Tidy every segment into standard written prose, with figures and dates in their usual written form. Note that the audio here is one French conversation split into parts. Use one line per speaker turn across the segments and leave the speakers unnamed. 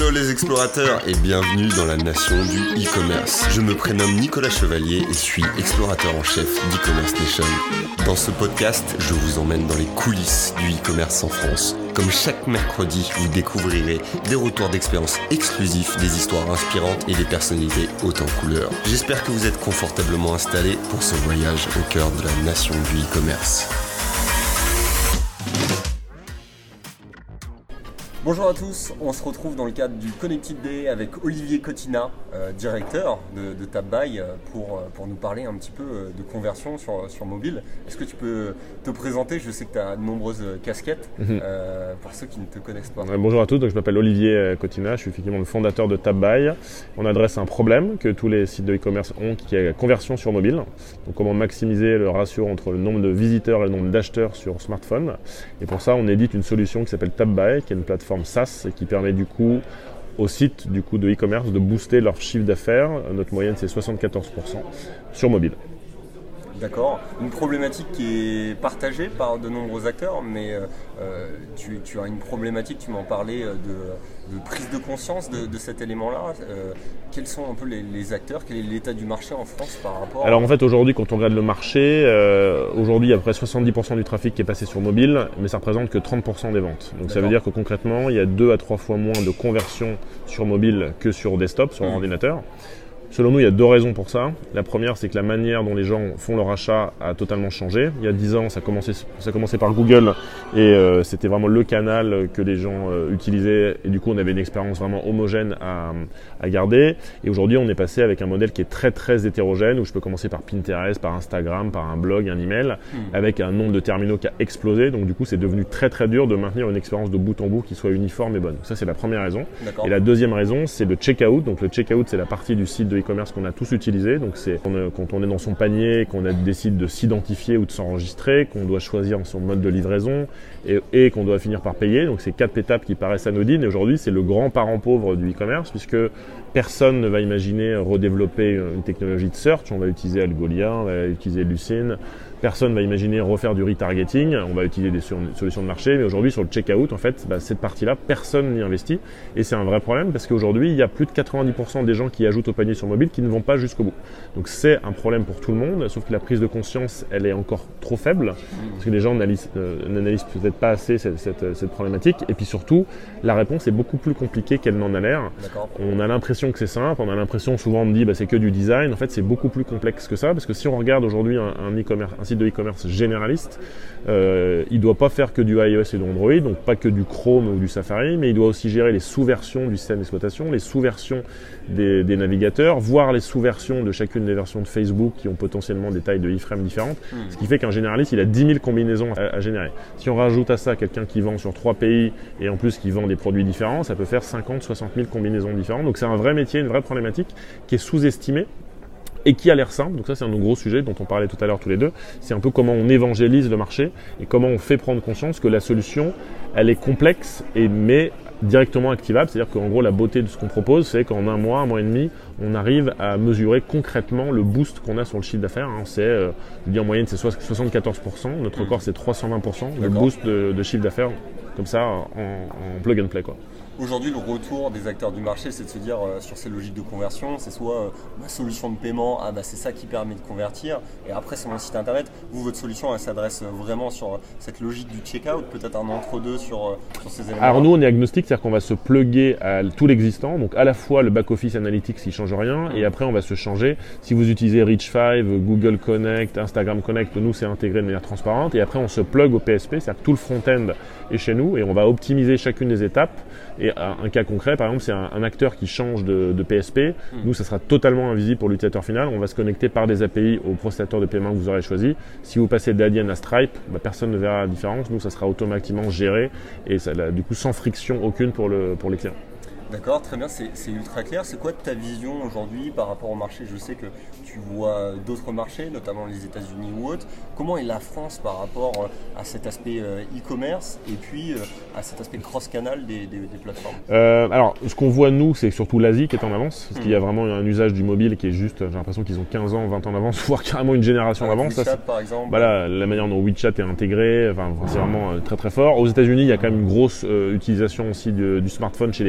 Hello les explorateurs et bienvenue dans la nation du e-commerce. Je me prénomme Nicolas Chevalier et suis explorateur en chef d'e-commerce nation. Dans ce podcast, je vous emmène dans les coulisses du e-commerce en France. Comme chaque mercredi, vous découvrirez des retours d'expérience exclusifs, des histoires inspirantes et des personnalités hautes en couleur. J'espère que vous êtes confortablement installés pour ce voyage au cœur de la nation du e-commerce. Bonjour à tous, on se retrouve dans le cadre du Connected Day avec Olivier Cotina, directeur de TapBuy, pour nous parler un petit peu de conversion sur mobile. Est-ce que tu peux te présenter? Je sais que tu as de nombreuses casquettes pour ceux qui ne te connaissent pas.
Bonjour à tous, donc je m'appelle Olivier Cotina, je suis effectivement le fondateur de TapBuy. On adresse un problème que tous les sites de e-commerce ont, qui est la conversion sur mobile. Donc comment maximiser le ratio entre le nombre de visiteurs et le nombre d'acheteurs sur smartphone. Et pour ça, on édite une solution qui s'appelle TapBuy, qui est une plateforme SaaS et qui permet du coup aux sites de e-commerce de booster leur chiffre d'affaires. Notre moyenne c'est 74% sur mobile.
D'accord, une problématique qui est partagée par de nombreux acteurs, mais tu as une problématique, tu m'en parlais, de prise de conscience de cet élément-là. Quels sont un peu les acteurs, quel est l'état du marché en France par rapport
Alors en fait aujourd'hui quand on regarde le marché, aujourd'hui il y a à peu près 70% du trafic qui est passé sur mobile, mais ça représente que 30% des ventes. Donc ça veut dire que concrètement il y a 2 à 3 fois moins de conversion sur mobile que sur desktop, sur ordinateur. Selon nous, il y a 2 raisons pour ça. La première, c'est que la manière dont les gens font leur achat a totalement changé. Il y a 10 ans, ça commençait par Google et c'était vraiment le canal que les gens utilisaient et du coup, on avait une expérience vraiment homogène à garder. Et aujourd'hui, on est passé avec un modèle qui est très très hétérogène où je peux commencer par Pinterest, par Instagram, par un blog, un email, avec un nombre de terminaux qui a explosé. Donc du coup, c'est devenu très très dur de maintenir une expérience de bout en bout qui soit uniforme et bonne. Ça, c'est la première raison. Et la deuxième raison, c'est le checkout. Donc le checkout, c'est la partie du site de e-commerce qu'on a tous utilisé. Donc c'est quand on est dans son panier, qu'on décide de s'identifier ou de s'enregistrer, qu'on doit choisir son mode de livraison et qu'on doit finir par payer. Donc c'est 4 étapes qui paraissent anodines et aujourd'hui c'est le grand parent pauvre du e-commerce puisque personne ne va imaginer redévelopper une technologie de search. On va utiliser Algolia, on va utiliser Lucene. Personne ne va imaginer refaire du retargeting, on va utiliser des solutions de marché, mais aujourd'hui sur le checkout, en fait, cette partie-là, personne n'y investit et c'est un vrai problème parce qu'aujourd'hui, il y a plus de 90% des gens qui ajoutent au panier sur mobile qui ne vont pas jusqu'au bout. Donc c'est un problème pour tout le monde, sauf que la prise de conscience, elle est encore trop faible parce que les gens n'analysent peut-être pas assez cette problématique et puis surtout, la réponse est beaucoup plus compliquée qu'elle n'en a l'air. On a l'impression que c'est simple, on a l'impression, souvent on me dit c'est que du design, en fait c'est beaucoup plus complexe que ça parce que si on regarde aujourd'hui un site de e-commerce généraliste, il doit pas faire que du iOS et de Android, donc pas que du Chrome ou du Safari, mais il doit aussi gérer les sous-versions du système d'exploitation, les sous-versions des navigateurs, voire les sous-versions de chacune des versions de Facebook qui ont potentiellement des tailles de iframe différentes, ce qui fait qu'un généraliste, il a 10 000 combinaisons à générer. Si on rajoute à ça quelqu'un qui vend sur 3 pays et en plus qui vend des produits différents, ça peut faire 50, 60 000 combinaisons différentes. Donc c'est un vrai métier, une vraie problématique qui est sous-estimée et qui a l'air simple. Donc ça, c'est un de nos gros sujets dont on parlait tout à l'heure tous les deux. C'est un peu comment on évangélise le marché et comment on fait prendre conscience que la solution, elle est complexe mais directement activable. C'est-à-dire qu'en gros, la beauté de ce qu'on propose, c'est qu'en un mois et demi, on arrive à mesurer concrètement le boost qu'on a sur le chiffre d'affaires. Je dis en moyenne, c'est 74%. Notre record, c'est 320%. Le boost de chiffre d'affaires, comme ça, en plug and play, quoi.
Aujourd'hui, le retour des acteurs du marché, c'est de se dire sur ces logiques de conversion, c'est soit ma solution de paiement, c'est ça qui permet de convertir, et après c'est mon site internet. Vous, votre solution, elle s'adresse vraiment sur cette logique du checkout, peut-être un entre-deux sur ces éléments.
Alors nous, on est agnostique, c'est-à-dire qu'on va se plugger à tout l'existant, donc à la fois le back-office analytics qui ne change rien, et après on va se changer. Si vous utilisez Reach5, Google Connect, Instagram Connect, nous c'est intégré de manière transparente, et après on se plug au PSP, c'est-à-dire que tout le front-end est chez nous, et on va optimiser chacune des étapes. Et un cas concret, par exemple, c'est un acteur qui change de PSP. Nous, ça sera totalement invisible pour l'utilisateur final. On va se connecter par des API au prestataire de paiement que vous aurez choisi. Si vous passez d'Adyen à Stripe, personne ne verra la différence. Nous, ça sera automatiquement géré et ça, du coup sans friction aucune pour les clients.
D'accord, très bien, c'est ultra clair. C'est quoi ta vision aujourd'hui par rapport au marché? Je sais que tu vois d'autres marchés, notamment les États-Unis ou autres. Comment est la France par rapport à cet aspect e-commerce et puis à cet aspect cross-canal des plateformes?
Alors, ce qu'on voit nous, c'est surtout l'Asie qui est en avance, parce qu'il y a vraiment un usage du mobile qui est juste, j'ai l'impression qu'ils ont 15 ans, 20 ans d'avance, voire carrément une génération d'avance.
WeChat, par exemple.
Voilà, la manière dont WeChat est intégré, c'est vraiment très très fort. Aux États-Unis, il y a quand même une grosse utilisation aussi du smartphone chez les très jeunes.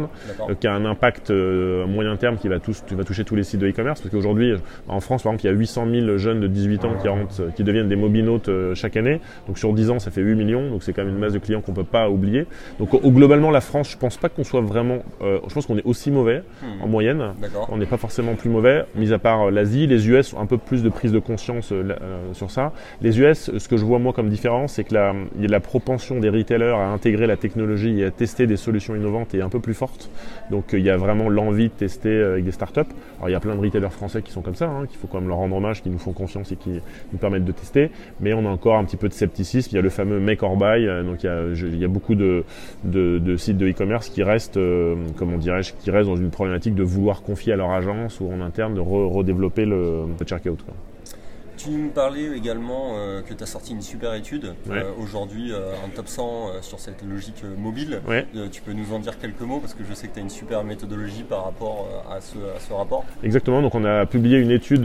terme, qui a un impact à moyen terme qui va toucher tous les sites de e-commerce. Parce qu'aujourd'hui, en France, par exemple, il y a 800 000 jeunes de 18 ans qui deviennent des mobinautes chaque année. Donc sur 10 ans, ça fait 8 millions. Donc c'est quand même une masse de clients qu'on ne peut pas oublier. Donc globalement, la France, je ne pense pas qu'on soit vraiment... je pense qu'on est aussi mauvais en moyenne. On n'est pas forcément plus mauvais, mis à part l'Asie. Les US ont un peu plus de prise de conscience sur ça. Les US, ce que je vois moi comme différence, c'est que il y a la propension des retailers à intégrer la technologie et à tester des solutions innovantes est un peu plus forte. Donc il y a vraiment l'envie de tester avec des startups. Alors il y a plein de retailers français qui sont comme ça, qu'il faut quand même leur rendre hommage, qui nous font confiance et qui nous permettent de tester. Mais on a encore un petit peu de scepticisme. Il y a le fameux make or buy. Donc il y a beaucoup de sites de e-commerce qui restent, qui restent dans une problématique de vouloir confier à leur agence ou en interne de redévelopper le checkout.
Tu nous parlais également que tu as sorti une super étude, aujourd'hui un top 100 sur cette logique mobile. Tu peux nous en dire quelques mots parce que je sais que tu as une super méthodologie par rapport à ce rapport.
Exactement, donc on a publié une étude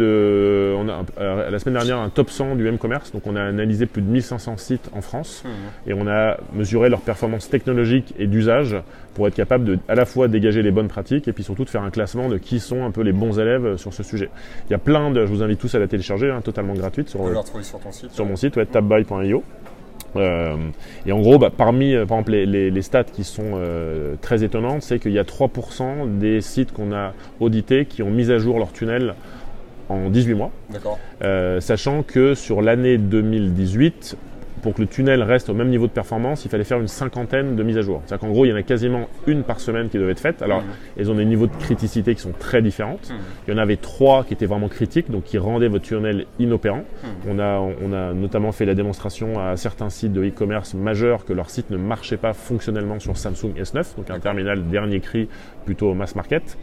la semaine dernière, un top 100 du m-commerce. Donc on a analysé plus de 1500 sites en France et on a mesuré leur performance technologique et d'usage pour être capable de à la fois dégager les bonnes pratiques et puis surtout de faire un classement de qui sont un peu les bons élèves sur ce sujet. Il y a je vous invite tous à la télécharger, totalement gratuite sur
ton site.
Sur mon site, tabbuy.io. Et en gros, parmi par exemple les stats qui sont très étonnantes, c'est qu'il y a 3% des sites qu'on a audités qui ont mis à jour leur tunnel en 18 mois. Sachant que sur l'année 2018, pour que le tunnel reste au même niveau de performance, il fallait faire une 50aine de mises à jour. C'est-à-dire qu'en gros, il y en a quasiment une par semaine qui devait être faite. Alors, elles ont des niveaux de criticité qui sont très différents. Il y en avait 3 qui étaient vraiment critiques, donc qui rendaient votre tunnel inopérant. On a notamment fait la démonstration à certains sites de e-commerce majeurs que leur site ne marchait pas fonctionnellement sur Samsung S9, donc un terminal dernier cri plutôt mass market.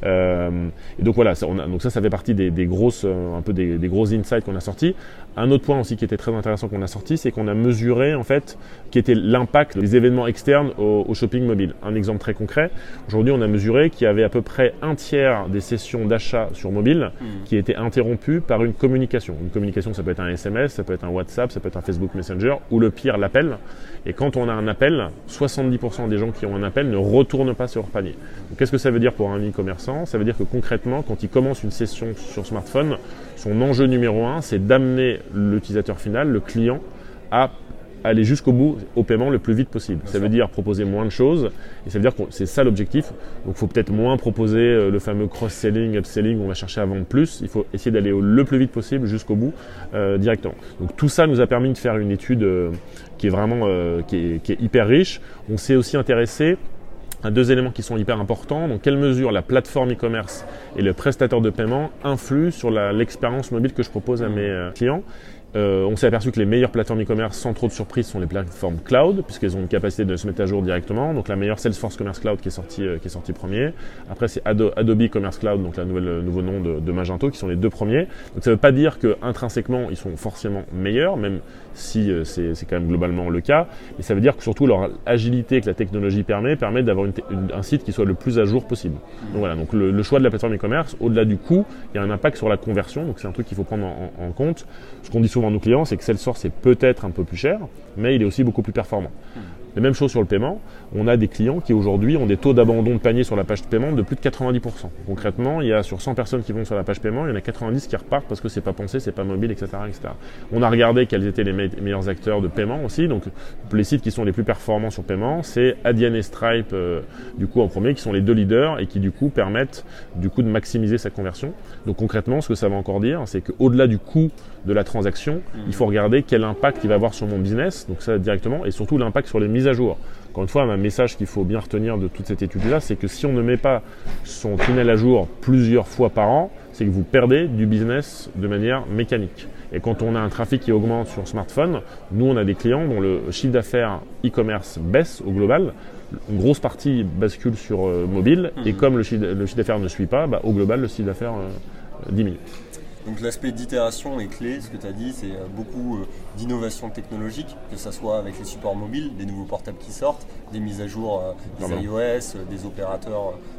Et donc voilà, ça fait partie des grosses insights qu'on a sortis. Un autre point aussi qui était très intéressant qu'on a sorti, c'est qu'on a mesuré en fait qui était l'impact des événements externes au shopping mobile. Un exemple très concret, aujourd'hui on a mesuré qu'il y avait à peu près un tiers des sessions d'achat sur mobile qui étaient interrompues par une communication. Une communication, ça peut être un SMS, ça peut être un WhatsApp, ça peut être un Facebook Messenger ou le pire, l'appel. Et quand on a un appel, 70% des gens qui ont un appel ne retournent pas sur leur panier. Donc, qu'est-ce que ça veut dire pour un e-commerçant ? Ça veut dire que concrètement, quand il commence une session sur smartphone, son enjeu numéro 1, c'est d'amener l'utilisateur final, le client, à aller jusqu'au bout au paiement le plus vite possible. Ça veut dire proposer moins de choses et ça veut dire que c'est ça l'objectif. Donc il faut peut-être moins proposer le fameux cross-selling, upselling où on va chercher à vendre plus. Il faut essayer d'aller le plus vite possible jusqu'au bout directement. Donc tout ça nous a permis de faire une étude qui est vraiment qui est hyper riche. On s'est aussi intéressé à 2 éléments qui sont hyper importants. Donc, quelle mesure la plateforme e-commerce et le prestataire de paiement influent sur l'expérience mobile que je propose à mes clients. On s'est aperçu que les meilleures plateformes e-commerce, sans trop de surprise, sont les plateformes cloud, puisqu'elles ont une capacité de se mettre à jour directement. Donc la meilleure Salesforce Commerce Cloud qui est sorti premier. Après c'est Adobe Commerce Cloud, donc le nouveau nom de Magento, qui sont les 2 premiers. Donc ça ne veut pas dire que intrinsèquement ils sont forcément meilleurs, même si c'est quand même globalement le cas. Mais ça veut dire que surtout leur agilité que la technologie permet d'avoir un site qui soit le plus à jour possible. Donc voilà, donc le choix de la plateforme e-commerce, au-delà du coût, il y a un impact sur la conversion. Donc c'est un truc qu'il faut prendre en compte. Ce qu'on dit souvent à nos clients, c'est que Salesforce est peut-être un peu plus cher, mais il est aussi beaucoup plus performant. La même chose sur le paiement, on a des clients qui aujourd'hui ont des taux d'abandon de panier sur la page de paiement de plus de 90%. Concrètement, il y a sur 100 personnes qui vont sur la page paiement, il y en a 90 qui repartent parce que c'est pas pensé, c'est pas mobile, etc., etc. On a regardé quels étaient les meilleurs acteurs de paiement aussi. Donc les sites qui sont les plus performants sur paiement, c'est Adyen et Stripe du coup en premier, qui sont les 2 leaders et qui du coup permettent du coup de maximiser sa conversion. Donc concrètement, ce que ça va encore dire, c'est qu'au-delà du coût de la transaction, il faut regarder quel impact il va avoir sur mon business, donc ça directement, et surtout l'impact sur les mises à jour. Encore une fois, un message qu'il faut bien retenir de toute cette étude-là, c'est que si on ne met pas son tunnel à jour plusieurs fois par an, c'est que vous perdez du business de manière mécanique. Et quand on a un trafic qui augmente sur smartphone, nous on a des clients dont le chiffre d'affaires e-commerce baisse au global, une grosse partie bascule sur mobile, et comme le chiffre d'affaires ne suit pas, au global le chiffre d'affaires diminue.
Donc l'aspect d'itération est clé, ce que tu as dit, c'est beaucoup d'innovation technologique, que ce soit avec les supports mobiles, des nouveaux portables qui sortent, des mises à jour des iOS, des opérateurs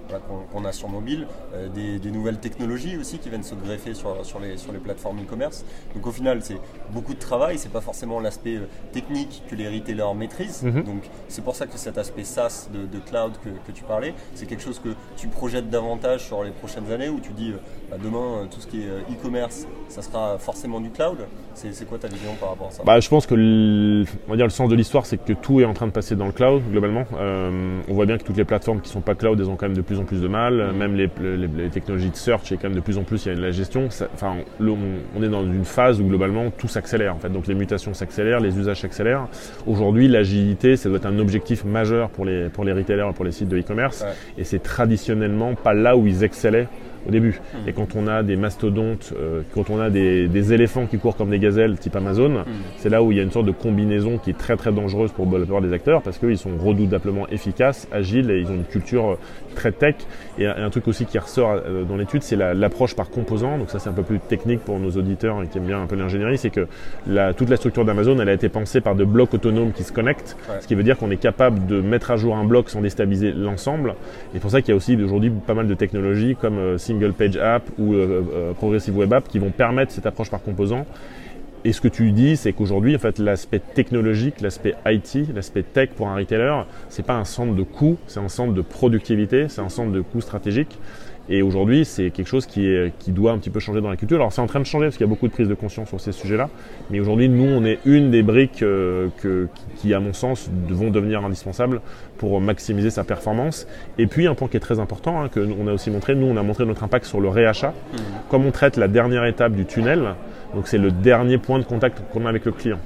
qu'on a sur mobile, des nouvelles technologies aussi qui viennent se greffer sur les plateformes e-commerce. Donc au final, c'est beaucoup de travail, c'est pas forcément l'aspect technique que les retailers maîtrisent. Donc c'est pour ça que cet aspect SaaS de cloud que tu parlais, c'est quelque chose que tu projettes davantage sur les prochaines années, où tu dis demain tout ce qui est e-commerce, ça sera forcément du cloud. C'est quoi ta vision par rapport à ça?
Je pense que le sens de l'histoire, c'est que tout est en train de passer dans le cloud globalement. On voit bien que toutes les plateformes qui sont pas cloud, elles ont quand même de plus en plus de mal. Même les technologies de search, et quand même de plus en plus il y a de la gestion. On est dans une phase où globalement tout s'accélère en fait. Donc les mutations s'accélèrent, les usages s'accélèrent. Aujourd'hui, l'agilité, ça doit être un objectif majeur pour les retailers et pour les sites de e-commerce. Et c'est traditionnellement pas là où ils excellaient au début. Et quand on a des mastodontes, quand on a des éléphants qui courent comme des gazelles type Amazon, c'est là où il y a une sorte de combinaison qui est très très dangereuse pour la plupart des acteurs, parce qu'ils sont redoutablement efficaces, agiles, et ils ont une culture très tech. Et un truc aussi qui ressort dans l'étude, c'est l'approche par composants. Donc ça, c'est un peu plus technique pour nos auditeurs qui aiment bien un peu l'ingénierie. C'est que toute la structure d'Amazon, elle a été pensée par de blocs autonomes qui se connectent, ce qui veut dire qu'on est capable de mettre à jour un bloc sans déstabiliser l'ensemble. Et pour ça qu'il y a aussi aujourd'hui pas mal de technologies comme Single Page App ou Progressive Web App qui vont permettre cette approche par composants. Et ce que tu dis, c'est qu'aujourd'hui, en fait, l'aspect technologique, l'aspect IT, l'aspect tech pour un retailer, c'est pas un centre de coût, c'est un centre de productivité, c'est un centre de coût stratégique. Et aujourd'hui, c'est quelque chose qui doit un petit peu changer dans la culture. Alors, c'est en train de changer parce qu'il y a beaucoup de prise de conscience sur ces sujets-là. Mais aujourd'hui, nous, on est une des briques qui, à mon sens, vont devenir indispensables pour maximiser sa performance. Et puis, un point qui est très important, que on a aussi montré, nous, on a montré notre impact sur le réachat. Comme on traite la dernière étape du tunnel, donc c'est le dernier point de contact qu'on a avec le client.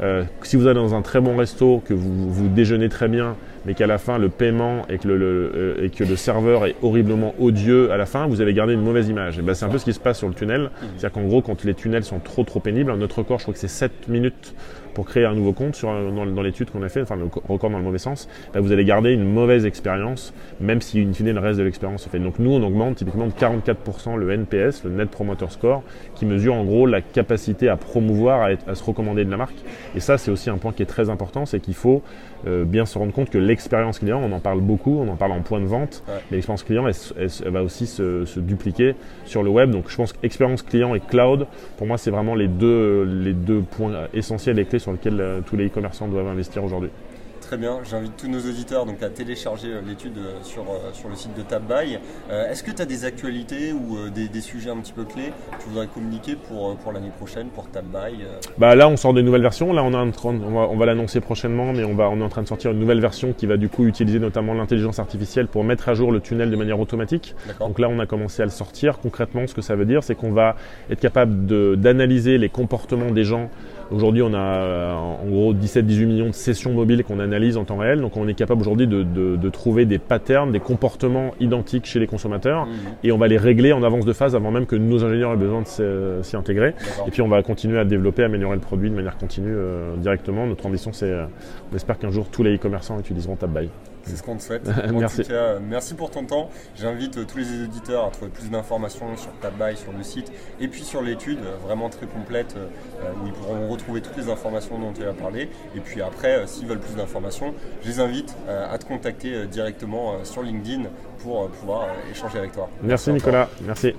Si vous allez dans un très bon resto, que vous déjeunez très bien, mais qu'à la fin le paiement et que le serveur est horriblement odieux à la fin, vous avez gardé une mauvaise image. Et c'est un peu ce qui se passe sur le tunnel. C'est-à-dire qu'en gros, quand les tunnels sont trop pénibles, notre record, je crois que c'est 7 minutes pour créer un nouveau compte dans l'étude qu'on a fait, enfin le record dans le mauvais sens, vous allez garder une mauvaise expérience, même si in fine le reste de l'expérience se fait. Donc nous, on augmente typiquement de 44% le NPS, le Net Promoter Score, qui mesure en gros la capacité à promouvoir, à se recommander de la marque. Et ça, c'est aussi un point qui est très important, c'est qu'il faut bien se rendre compte que l'expérience client, on en parle beaucoup, on en parle en point de vente, mais l'expérience client, elle va aussi se dupliquer sur le web. Donc je pense qu'expérience client et cloud, pour moi, c'est vraiment les deux points essentiels et clés sur lesquels tous les e-commerçants doivent investir aujourd'hui.
Très bien, j'invite tous nos auditeurs donc, à télécharger l'étude sur le site de TapBuy. Est-ce que tu as des actualités ou des sujets un petit peu clés que tu voudrais communiquer pour l'année prochaine, pour TapBuy
Là, on sort des nouvelles versions. Là, on va l'annoncer prochainement, mais on est en train de sortir une nouvelle version qui va du coup utiliser notamment l'intelligence artificielle pour mettre à jour le tunnel de manière automatique. Donc là, on a commencé à le sortir. Concrètement, ce que ça veut dire, c'est qu'on va être capable d'analyser les comportements des gens. Aujourd'hui, on a en gros 17-18 millions de sessions mobiles qu'on analyse en temps réel. Donc, on est capable aujourd'hui de trouver des patterns, des comportements identiques chez les consommateurs et on va les régler en avance de phase avant même que nos ingénieurs aient besoin de s'y intégrer. Et puis, on va continuer à développer, améliorer le produit de manière continue directement. Notre ambition, on espère qu'un jour, tous les e-commerçants utiliseront TapBuy.
C'est ce qu'on te souhaite.
Merci.
En tout cas, merci pour ton temps. J'invite tous les auditeurs à trouver plus d'informations sur TapBuy, sur le site et puis sur l'étude, vraiment très complète, où ils pourront retrouver toutes les informations dont tu as parlé. Et puis après, s'ils veulent plus d'informations, je les invite à te contacter directement sur LinkedIn pour pouvoir échanger avec toi.
Merci Nicolas, merci.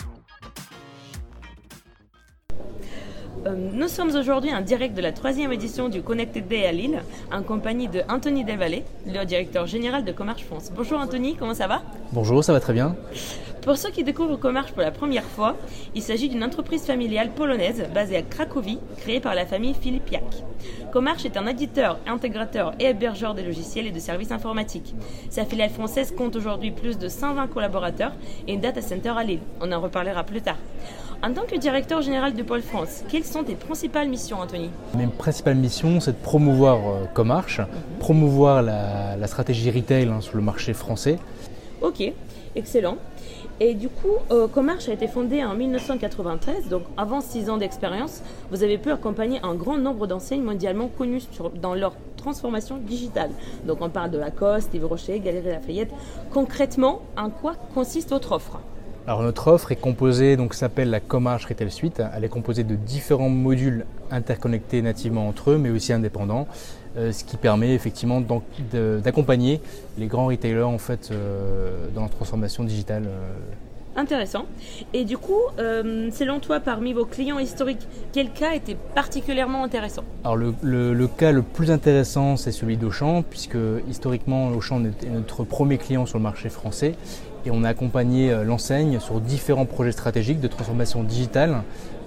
Nous sommes aujourd'hui en direct de la 3e édition du Connected Day à Lille, en compagnie de Anthony Delvalle, le directeur général de Commerce France. Bonjour Anthony, comment ça va ?
Bonjour, ça va très bien.
Pour ceux qui découvrent Commerce pour la première fois, il s'agit d'une entreprise familiale polonaise basée à Cracovie, créée par la famille Filipiak. Commerce est un éditeur, intégrateur et hébergeur de logiciels et de services informatiques. Sa filiale française compte aujourd'hui plus de 120 collaborateurs et une data center à Lille. On en reparlera plus tard. En tant que directeur général de Pôle France, quelles sont tes principales missions, Anthony ?
Mes principales missions, c'est de promouvoir Commerce, promouvoir la stratégie retail sur le marché français.
Ok, excellent. Et du coup, Commerce a été fondé en 1993, donc avant 6 ans d'expérience. Vous avez pu accompagner un grand nombre d'enseignes mondialement connues dans leur transformation digitale. Donc on parle de Lacoste, Yves Rocher, Galeries Lafayette. Concrètement, en quoi consiste votre offre ?
Alors notre offre est composée, donc s'appelle la Comarch Retail Suite. Elle est composée de différents modules interconnectés nativement entre eux, mais aussi indépendants, ce qui permet effectivement d'accompagner les grands retailers en fait dans la transformation digitale.
Intéressant. Et du coup, selon toi, parmi vos clients historiques, quel cas était particulièrement intéressant?
Alors le cas le plus intéressant, c'est celui d'Auchan, puisque historiquement, Auchan est notre premier client sur le marché français. Et on a accompagné l'enseigne sur différents projets stratégiques de transformation digitale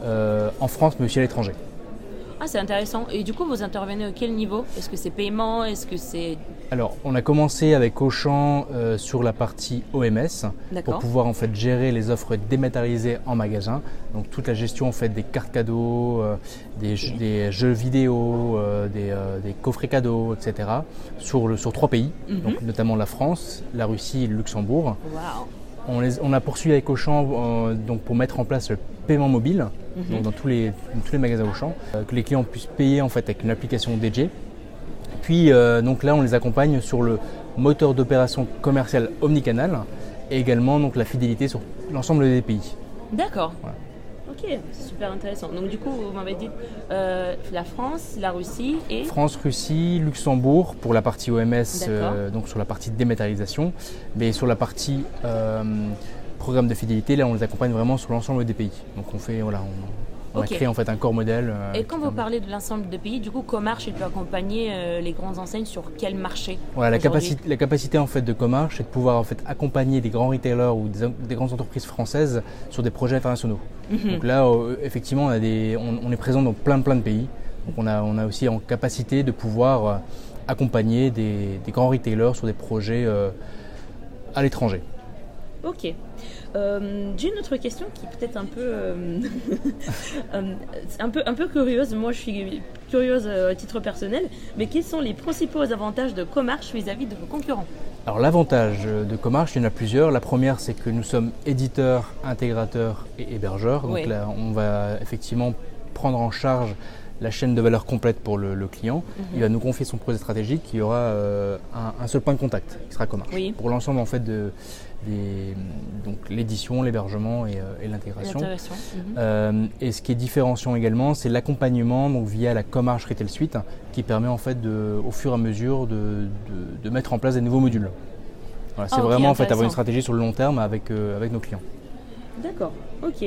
en France, mais aussi à l'étranger.
Ah, c'est intéressant. Et du coup, vous intervenez à quel niveau? Est-ce que c'est paiement? Est-ce que c'est...
Alors, on a commencé avec Auchan sur la partie OMS pour pouvoir en fait gérer les offres dématérialisées en magasin. Donc toute la gestion en fait des cartes cadeaux, des jeux vidéo, des coffrets cadeaux, etc. sur 3 pays, donc notamment la France, la Russie et le Luxembourg.
Wow.
On a poursuivi avec Auchan donc pour mettre en place le paiement mobile, donc dans tous les magasins Auchan, que les clients puissent payer en fait avec une application dédiée. Puis donc là on les accompagne sur le moteur d'opération commercial omnicanal et également donc la fidélité sur l'ensemble des pays.
D'accord.
Voilà.
Ok, c'est super intéressant. Donc du coup vous m'avez dit la France, la Russie et...
France, Russie, Luxembourg pour la partie OMS, donc sur la partie dématérialisation, mais sur la partie programme de fidélité, là on les accompagne vraiment sur l'ensemble des pays. Donc on fait on a créé en fait un corps modèle.
Et quand vous parlez de l'ensemble des pays, du coup Comarch il peut accompagner les grandes enseignes sur quel marché?
Voilà, la capacité en fait de Comarch, c'est de pouvoir en fait accompagner des grands retailers ou des grandes entreprises françaises sur des projets internationaux. Donc là effectivement on est présent dans plein de pays. Donc on a aussi en capacité de pouvoir accompagner des grands retailers sur des projets à l'étranger.
Ok. J'ai une autre question qui est peut-être un peu curieuse. Moi, je suis curieuse à titre personnel. Mais quels sont les principaux avantages de Comarch vis-à-vis de vos concurrents?
Alors l'avantage de Comarch, il y en a plusieurs. La première, c'est que nous sommes éditeurs, intégrateurs et hébergeurs. Donc là, on va effectivement prendre en charge la chaîne de valeur complète pour le client. Il va nous confier son projet stratégique. Il y aura un seul point de contact qui sera Comarch pour l'ensemble en fait donc l'édition, l'hébergement et l'intégration. Et ce qui est différenciant également, c'est l'accompagnement donc via la Comarch Retail Suite qui permet en fait au fur et à mesure de mettre en place des nouveaux modules. Voilà, c'est vraiment en fait avoir une stratégie sur le long terme avec nos clients.
D'accord, ok.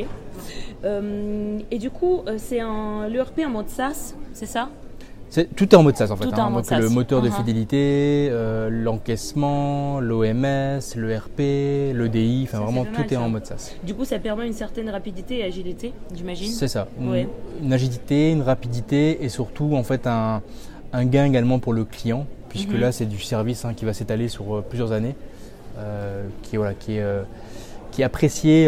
Et du coup, c'est l'ERP en mode SaaS, c'est ça?
Tout est en mode SaaS en fait.
Donc
le moteur de fidélité, l'encaissement, l'OMS, l'ERP, l'EDI, enfin vraiment tout est en mode SaaS.
Du coup, ça permet une certaine rapidité et agilité, j'imagine.
C'est ça. Une agilité, une rapidité et surtout en fait un gain également pour le client, puisque là c'est du service qui va s'étaler sur plusieurs années, qui est apprécié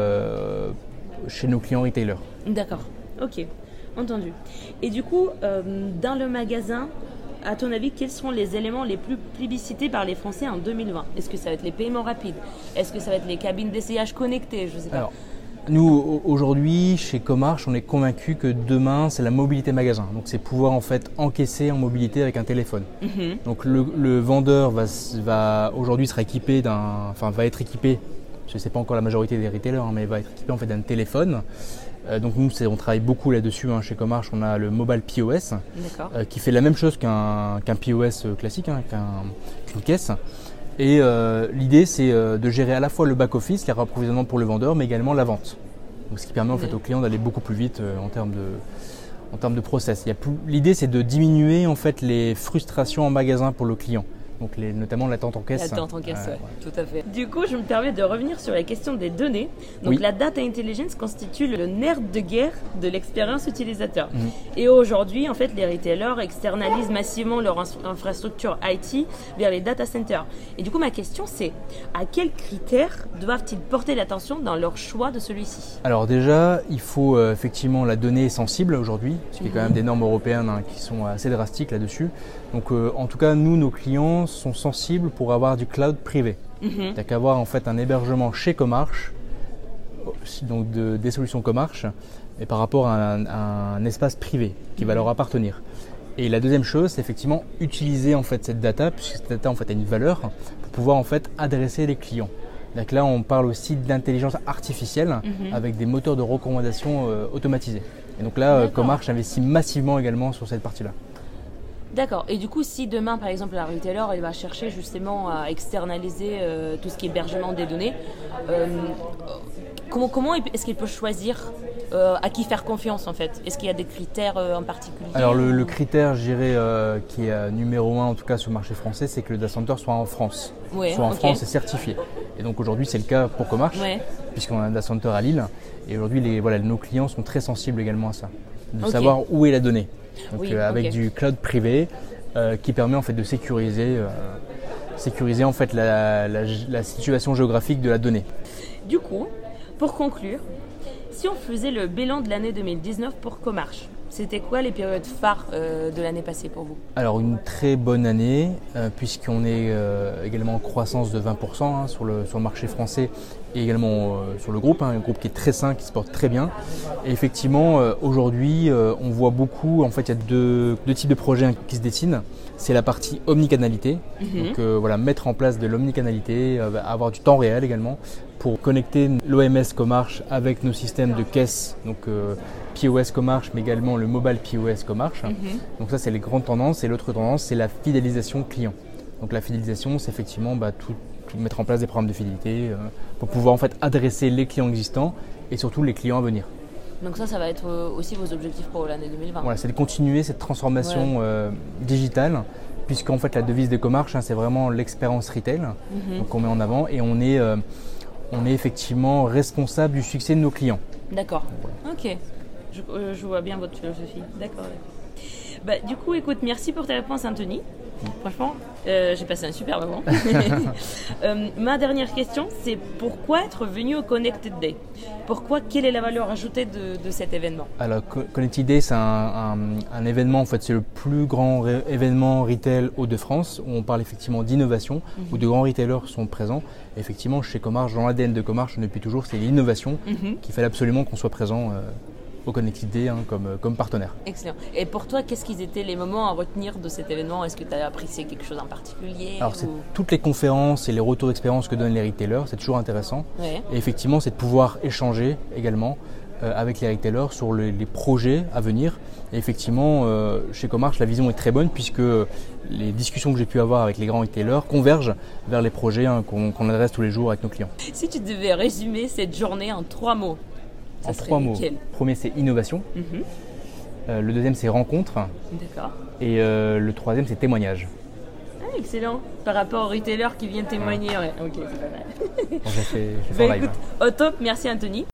chez nos clients retailers.
D'accord, ok. Entendu. Et du coup, dans le magasin, à ton avis, quels seront les éléments les plus plébiscités par les Français en 2020? Est-ce que ça va être les paiements rapides? Est-ce que ça va être les cabines d'essayage connectées? Je sais pas.
Alors, nous, aujourd'hui, chez Comarch, on est convaincus que demain, c'est la mobilité magasin. Donc, c'est pouvoir en fait encaisser en mobilité avec un téléphone. Donc, le vendeur va aujourd'hui va être équipé, je ne sais pas encore la majorité des retailers, mais va être équipé en fait d'un téléphone. Donc nous, on travaille beaucoup là-dessus chez Comarch. On a le Mobile POS qui fait la même chose qu'un POS classique, qu'une caisse. Et l'idée, c'est de gérer à la fois le back-office, les approvisionnements pour le vendeur, mais également la vente. Donc, ce qui permet en fait aux clients d'aller beaucoup plus vite en termes de process. L'idée, c'est de diminuer en fait les frustrations en magasin pour le client. Donc notamment l'attente en caisse.
L'attente en caisse, tout à fait. Du coup, je me permets de revenir sur la question des données. Donc la data intelligence constitue le nerf de guerre de l'expérience utilisateur. Et aujourd'hui, en fait, les retailers externalisent massivement leur infrastructure IT vers les data centers. Et du coup, ma question, c'est à quels critères doivent-ils porter l'attention dans leur choix de celui-ci?
Alors déjà, il faut effectivement la donnée sensible aujourd'hui, parce qu'il y a quand même des normes européennes qui sont assez drastiques là-dessus. Donc en tout cas, nous, nos clients sont sensibles pour avoir du cloud privé. Il n'y a qu'à avoir en fait un hébergement chez Comarch, donc des solutions Comarch, et par rapport à un espace privé qui va leur appartenir. Et la deuxième chose, c'est effectivement utiliser en fait cette data, puisque cette data en fait a une valeur, pour pouvoir en fait adresser les clients. Donc là, on parle aussi d'intelligence artificielle avec des moteurs de recommandation automatisés. Et donc là, Comarch investit massivement également sur cette partie-là.
D'accord. Et du coup, si demain, par exemple, la retailer, elle va chercher justement à externaliser tout ce qui est hébergement des données, comment est-ce qu'il peut choisir à qui faire confiance en fait? Est-ce qu'il y a des critères en particulier?
Alors le critère, je dirais, qui est numéro 1 en tout cas sur le marché français, c'est que le data center soit en France. France et certifié. Et donc aujourd'hui, c'est le cas pour Comarch, puisqu'on a un data center à Lille. Et aujourd'hui, nos clients sont très sensibles également à ça, de savoir où est la donnée. Donc avec du cloud privé qui permet en fait de sécuriser en fait la situation géographique de la donnée.
Du coup, pour conclure, si on faisait le bilan de l'année 2019 pour Comarch, c'était quoi les périodes phares de l'année passée pour vous?
Alors une très bonne année puisqu'on est également en croissance de 20% sur le marché français et également sur le groupe, un groupe qui est très sain, qui se porte très bien. Et effectivement, aujourd'hui, on voit beaucoup, en fait, il y a deux types de projets qui se dessinent. C'est la partie omnicanalité, donc mettre en place de l'omnicanalité, avoir du temps réel également pour connecter l'OMS Comarch avec nos systèmes de caisse, donc POS Comarch, mais également le mobile POS Comarch. Donc ça, c'est les grandes tendances. Et l'autre tendance, c'est la fidélisation client. Donc la fidélisation, c'est effectivement tout mettre en place des programmes de fidélité pour pouvoir en fait adresser les clients existants et surtout les clients à venir.
Donc ça va être aussi vos objectifs pour l'année 2020.
Voilà, c'est de continuer cette transformation digitale, puisqu'en fait la devise de Comarch, c'est vraiment l'expérience retail qu'on met en avant et on est effectivement responsable du succès de nos clients.
D'accord. Voilà. Ok. Je vois bien votre philosophie. D'accord. Du coup, écoute, merci pour tes réponses, Anthony. Franchement, j'ai passé un super moment. Ma dernière question, c'est pourquoi être venu au Connected Day? Quelle est la valeur ajoutée de cet événement?
Alors, Connected Day, c'est un événement, en fait, c'est le plus grand événement retail Hauts-de-France où on parle effectivement d'innovation, où de grands retailers sont présents. Et effectivement, chez Comarch, dans l'ADN de Comarch, depuis toujours, c'est l'innovation qu'il fallait absolument qu'on soit présent au Connected Day comme partenaire.
Excellent. Et pour toi, qu'est-ce qu'ils étaient les moments à retenir de cet événement? Est-ce que tu as apprécié quelque chose en particulier?
Alors, c'est toutes les conférences et les retours d'expérience que donnent les retailers, c'est toujours intéressant. Et effectivement, c'est de pouvoir échanger également avec les retailers sur les projets à venir. Et effectivement, chez Comarch, la vision est très bonne puisque les discussions que j'ai pu avoir avec les grands retailers convergent vers les projets qu'on adresse tous les jours avec nos clients.
Si tu devais résumer cette journée en 3 mots,
en 3 mots. Le premier, c'est innovation. Le deuxième, c'est rencontre.
D'accord.
Et le troisième, c'est témoignage.
Ah, excellent. Par rapport aux retailers qui viennent témoigner. Ok, c'est pas mal.
Bon, j'ai fait en live.
Écoute, au top. Merci, Anthony.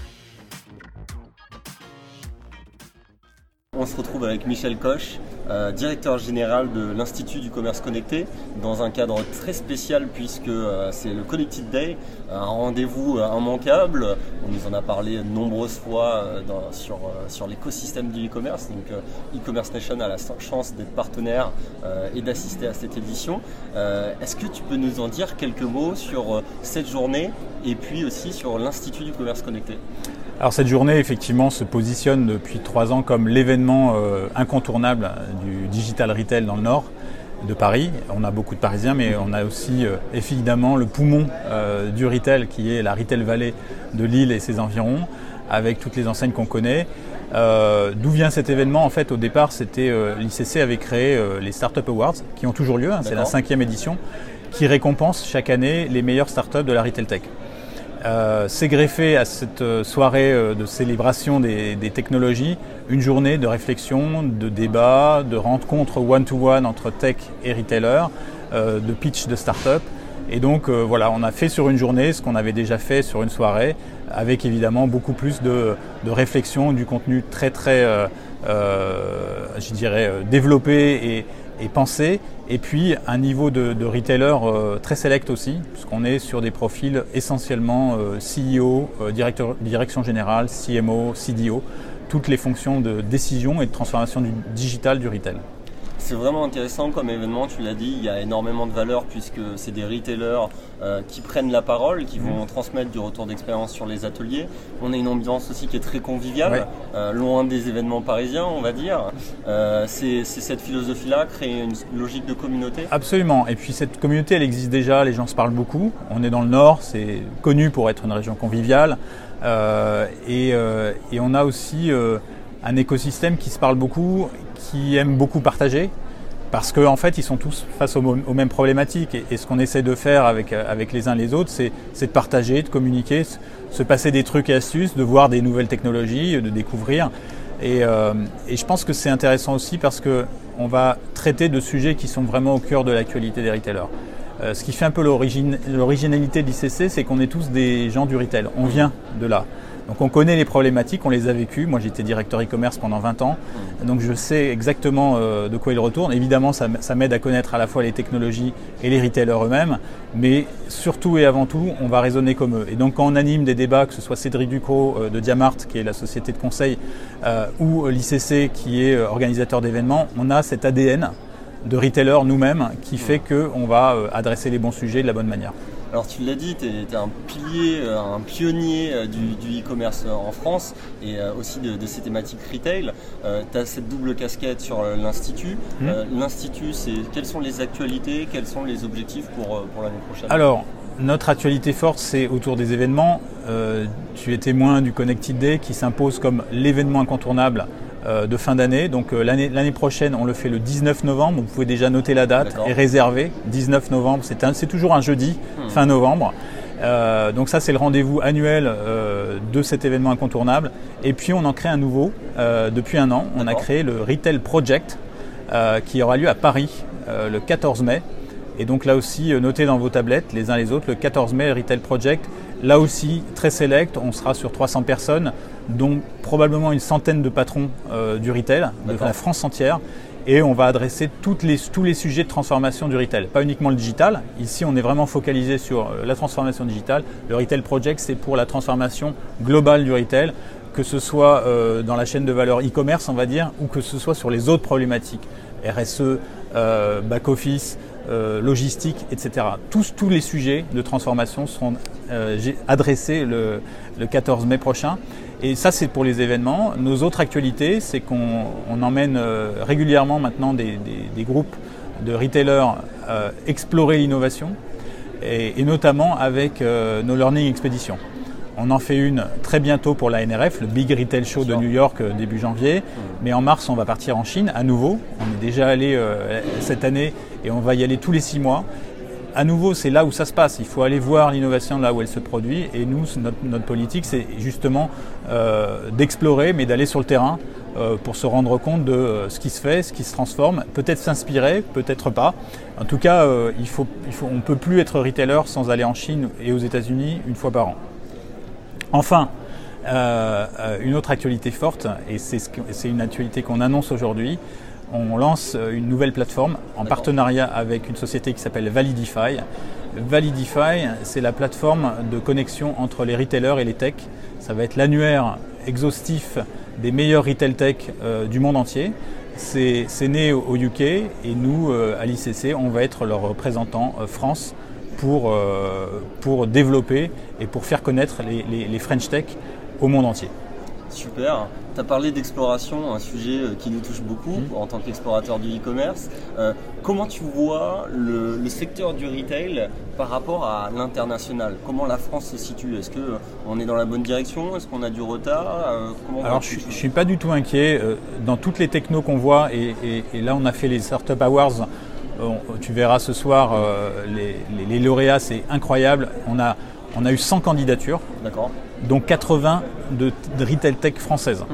On se retrouve avec Michel Koch, directeur général de l'Institut du commerce connecté, dans un cadre très spécial puisque c'est le Connected Day, un rendez-vous immanquable. On nous en a parlé de nombreuses fois sur l'écosystème du e-commerce. Donc e-commerce Nation a la chance d'être partenaire et d'assister à cette édition. Est-ce que tu peux nous en dire quelques mots sur cette journée et puis aussi sur l'Institut du commerce connecté?
Alors cette journée effectivement se positionne depuis 3 ans comme l'événement incontournable du digital retail dans le nord de Paris. On a beaucoup de Parisiens mais on a aussi évidemment le poumon du retail qui est la Retail Valley de Lille et ses environs avec toutes les enseignes qu'on connaît. D'où vient cet événement? En fait au départ c'était l'ICC avait créé les Startup Awards qui ont toujours lieu, c'est la 5e édition qui récompense chaque année les meilleures startups de la retail tech. C'est greffé à cette soirée de célébration des technologies, une journée de réflexion, de débat, de rencontres one-to-one entre tech et retailer, de pitch de start-up. Et donc on a fait sur une journée ce qu'on avait déjà fait sur une soirée, avec évidemment beaucoup plus de réflexion, du contenu très je dirais développé et pensé, et puis un niveau de retailer très select aussi, puisqu'on est sur des profils essentiellement CEO, direction générale, CMO, CDO, toutes les fonctions de décision et de transformation du digital du retail.
C'est vraiment intéressant comme événement, tu l'as dit, il y a énormément de valeur puisque c'est des retailers qui prennent la parole, qui vont transmettre du retour d'expérience sur les ateliers. On a une ambiance aussi qui est très conviviale, loin des événements parisiens, on va dire. C'est cette philosophie-là, créer une logique de communauté.
Absolument, et puis cette communauté, elle existe déjà, les gens se parlent beaucoup. On est dans le Nord, c'est connu pour être une région conviviale. Et on a aussi un écosystème qui se parle beaucoup, qui aime beaucoup partager, parce qu'en fait ils sont tous face aux mêmes problématiques et ce qu'on essaie de faire avec les uns les autres, c'est de partager, de communiquer, se passer des trucs et astuces, de voir des nouvelles technologies, de découvrir. Et je pense que c'est intéressant aussi parce qu'on va traiter de sujets qui sont vraiment au cœur de l'actualité des retailers. Ce qui fait un peu l'originalité de l'ICC, c'est qu'on est tous des gens du retail, on vient de là. Donc on connaît les problématiques, on les a vécues. Moi j'étais directeur e-commerce pendant 20 ans, donc je sais exactement de quoi ils retournent. Évidemment ça m'aide à connaître à la fois les technologies et les retailers eux-mêmes, mais surtout et avant tout on va raisonner comme eux. Et donc quand on anime des débats, que ce soit Cédric Ducrot de Diamart, qui est la société de conseil, ou l'ICC qui est organisateur d'événements, on a cet ADN de retailer nous-mêmes qui fait qu'on va adresser les bons sujets de la bonne manière.
Alors tu l'as dit, tu es un pilier, un pionnier du e-commerce en France et aussi de ces thématiques retail. Tu as cette double casquette sur l'Institut. L'Institut, quelles sont les actualités, quels sont les objectifs pour l'année prochaine?
Alors, notre actualité forte, c'est autour des événements. Tu es témoin du Connected Day qui s'impose comme l'événement incontournable de fin d'année. Donc l'année prochaine, on le fait le 19 novembre. Vous pouvez déjà noter la date et réserver. 19 novembre, c'est toujours un jeudi, fin novembre. Donc ça, c'est le rendez-vous annuel de cet événement incontournable. Et puis, on en crée un nouveau depuis un an. On a créé le Retail Project qui aura lieu à Paris le 14 mai. Et donc là aussi, notez dans vos tablettes les uns les autres, le 14 mai, Retail Project. Là aussi, très select, on sera sur 300 personnes, dont probablement une centaine de patrons du retail, de la France entière. Et on va adresser tous les sujets de transformation du retail, pas uniquement le digital. Ici, on est vraiment focalisé sur la transformation digitale. Le Retail Project, c'est pour la transformation globale du retail, que ce soit dans la chaîne de valeur e-commerce, on va dire, ou que ce soit sur les autres problématiques, RSE, back-office, logistique, etc. Tous les sujets de transformation seront adressés le 14 mai prochain. Et ça, c'est pour les événements. Nos autres actualités, c'est qu'on emmène régulièrement maintenant des groupes de retailers explorer l'innovation et notamment avec nos Learning Expeditions. On en fait une très bientôt pour la NRF, le Big Retail Show de New York début janvier. Mais en mars, on va partir en Chine à nouveau. On est déjà allé cette année et on va y aller tous les 6 mois. À nouveau, c'est là où ça se passe. Il faut aller voir l'innovation là où elle se produit. Et nous, notre politique, c'est justement d'explorer, mais d'aller sur le terrain pour se rendre compte de ce qui se fait, ce qui se transforme. Peut-être s'inspirer, peut-être pas. En tout cas, on ne peut plus être retailer sans aller en Chine et aux États-Unis une fois par an. Enfin, une autre actualité forte, et c'est une actualité qu'on annonce aujourd'hui, on lance une nouvelle plateforme en partenariat avec une société qui s'appelle Validify. Validify, c'est la plateforme de connexion entre les retailers et les techs. Ça va être l'annuaire exhaustif des meilleurs retail tech du monde entier. C'est né au UK et nous, à l'ICC, on va être leur représentant France pour développer et pour faire connaître les French Tech au monde entier.
Super. Tu as parlé d'exploration, un sujet qui nous touche beaucoup en tant qu'explorateur du e-commerce. Comment tu vois le secteur du retail par rapport à l'international? Comment la France se situe? Est-ce qu'on est dans la bonne direction? Est-ce qu'on a du retard?
Alors je ne suis pas du tout inquiet. Dans toutes les technos qu'on voit, et là on a fait les Startup Awards, tu verras ce soir les lauréats, c'est incroyable. On a eu 100 candidatures, dont 80 de retail tech françaises.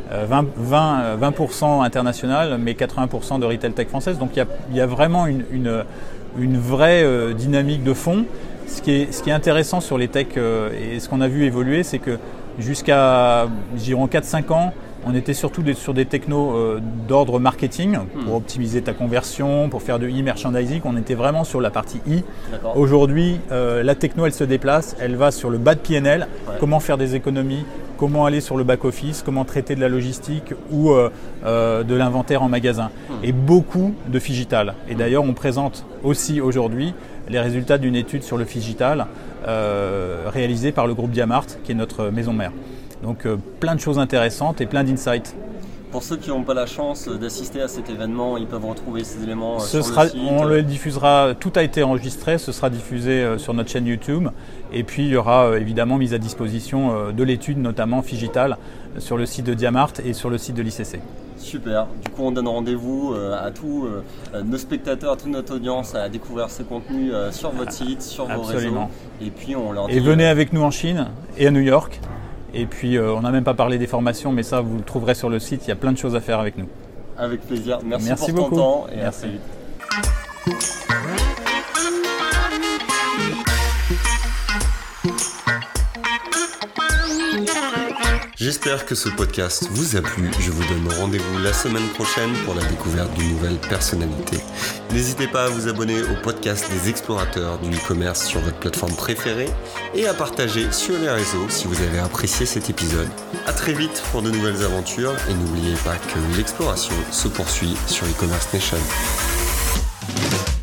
20% international, mais 80% de retail tech française. Donc il y a vraiment une vraie dynamique de fond. Ce qui est intéressant sur les techs et ce qu'on a vu évoluer, c'est que jusqu'à 4-5 ans, on était surtout sur des technos d'ordre marketing pour optimiser ta conversion, pour faire de e-merchandising. On était vraiment sur la partie e. Aujourd'hui, la techno, elle se déplace, elle va sur le bas de PNL, comment faire des économies, comment aller sur le back-office, comment traiter de la logistique ou de l'inventaire en magasin. Et beaucoup de Phygital. Et d'ailleurs, on présente aussi aujourd'hui les résultats d'une étude sur le Phygital réalisée par le groupe Diamart, qui est notre maison mère. Donc plein de choses intéressantes et plein d'insights.
Pour ceux qui n'ont pas la chance d'assister à cet événement, ils peuvent retrouver ces éléments sur le site.
On le diffusera, tout a été enregistré, ce sera diffusé sur notre chaîne YouTube. Et puis il y aura évidemment mise à disposition de l'étude, notamment Phygital, sur le site de Diamart et sur le site de l'ICC.
Super, du coup on donne rendez-vous à tous nos spectateurs, à toute notre audience à découvrir ces contenus sur votre site, sur vos réseaux. Et puis on leur dit,
et venez avec nous en Chine et à New York. Et puis on n'a même pas parlé des formations, mais ça vous le trouverez sur le site, il y a plein de choses à faire avec nous.
Avec plaisir, merci
pour
ton temps et
merci.
À très vite.
J'espère que ce podcast vous a plu. Je vous donne rendez-vous la semaine prochaine pour la découverte d'une nouvelle personnalité. N'hésitez pas à vous abonner au podcast des explorateurs du e-commerce sur votre plateforme préférée et à partager sur les réseaux si vous avez apprécié cet épisode. À très vite pour de nouvelles aventures et n'oubliez pas que l'exploration se poursuit sur e-commerce Nation.